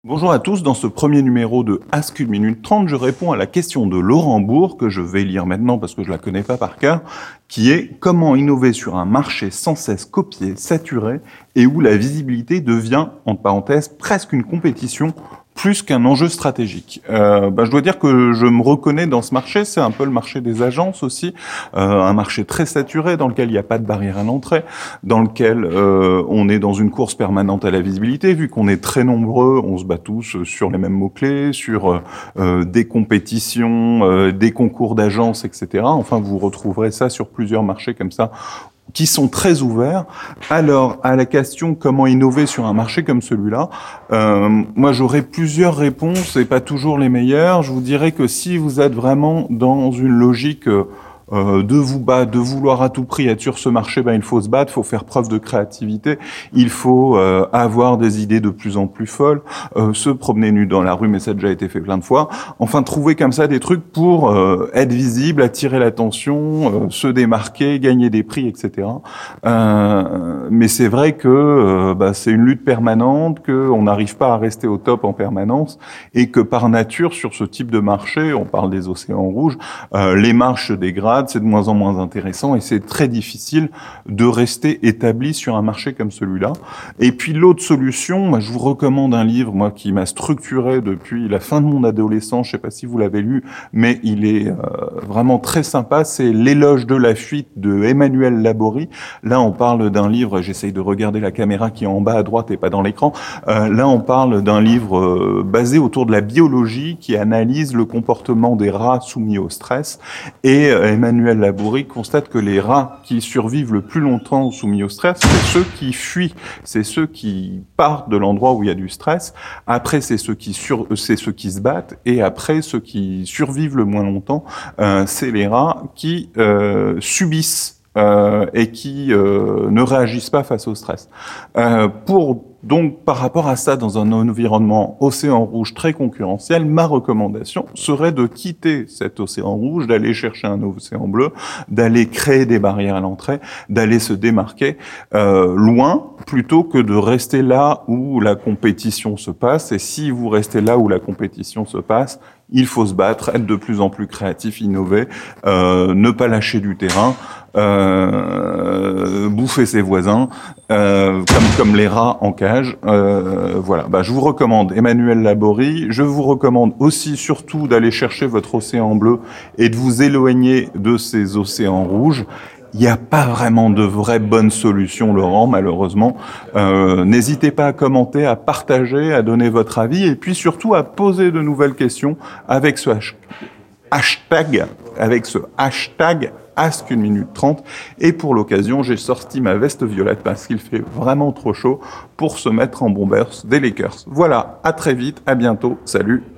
Bonjour à tous, dans ce premier numéro de Ask une minute 30, je réponds à la question de Laurent Bourg, que je vais lire maintenant parce que je la connais pas par cœur, qui est: comment innover sur un marché sans cesse copié, saturé, et où la visibilité devient, entre parenthèses, presque une compétition, plus qu'un enjeu stratégique. Je dois dire que je me reconnais dans ce marché, c'est un peu le marché des agences aussi, un marché très saturé dans lequel il n'y a pas de barrière à l'entrée, dans lequel on est dans une course permanente à la visibilité, vu qu'on est très nombreux, on se bat tous sur les mêmes mots-clés, sur des compétitions, des concours d'agences, etc. Enfin, vous retrouverez ça sur plusieurs marchés comme ça, qui sont très ouverts. Alors, à la question comment innover sur un marché comme celui-là, moi j'aurais plusieurs réponses et pas toujours les meilleures. Je vous dirais que si vous êtes vraiment dans une logique de vous battre, de vouloir à tout prix être sur ce marché, il faut se battre, il faut faire preuve de créativité, il faut avoir des idées de plus en plus folles, se promener nu dans la rue, mais ça a déjà été fait plein de fois. Enfin, trouver comme ça des trucs pour être visible, attirer l'attention, se démarquer, gagner des prix, etc. Mais c'est vrai que c'est une lutte permanente, qu'on n'arrive pas à rester au top en permanence, et que par nature, sur ce type de marché, on parle des océans rouges, les marges se dégradent, c'est de moins en moins intéressant, et c'est très difficile de rester établi sur un marché comme celui-là. Et puis l'autre solution, moi, je vous recommande un livre, moi, qui m'a structuré depuis la fin de mon adolescence, je sais pas si vous l'avez lu, mais il est vraiment très sympa, c'est L'éloge de la fuite de Emmanuel Laborie. Là, on parle d'un livre, j'essaye de regarder la caméra qui est en bas à droite et pas dans l'écran, là, on parle d'un livre basé autour de la biologie qui analyse le comportement des rats soumis au stress, et Emmanuel Laborie constate que les rats qui survivent le plus longtemps soumis au stress, c'est ceux qui fuient, c'est ceux qui partent de l'endroit où il y a du stress. Après, c'est ceux qui se battent, et après, ceux qui survivent le moins longtemps, c'est les rats qui subissent et qui ne réagissent pas face au stress. Donc, par rapport à ça, dans un environnement océan rouge très concurrentiel, ma recommandation serait de quitter cet océan rouge, d'aller chercher un océan bleu, d'aller créer des barrières à l'entrée, d'aller se démarquer loin, plutôt que de rester là où la compétition se passe. Et si vous restez là où la compétition se passe, il faut se battre, être de plus en plus créatif, innover, ne pas lâcher du terrain, bouffer ses voisins, comme les rats en cage. Voilà. Je vous recommande Emmanuel Laborie. Je vous recommande aussi, surtout, d'aller chercher votre océan bleu et de vous éloigner de ces océans rouges. Il n'y a pas vraiment de vraies bonnes solutions, Laurent, malheureusement. N'hésitez pas à commenter, à partager, à donner votre avis, et puis surtout à poser de nouvelles questions avec ce hashtag Ask une minute 30. Et pour l'occasion, j'ai sorti ma veste violette parce qu'il fait vraiment trop chaud pour se mettre en bombers des Lakers. Voilà, à très vite, à bientôt, salut.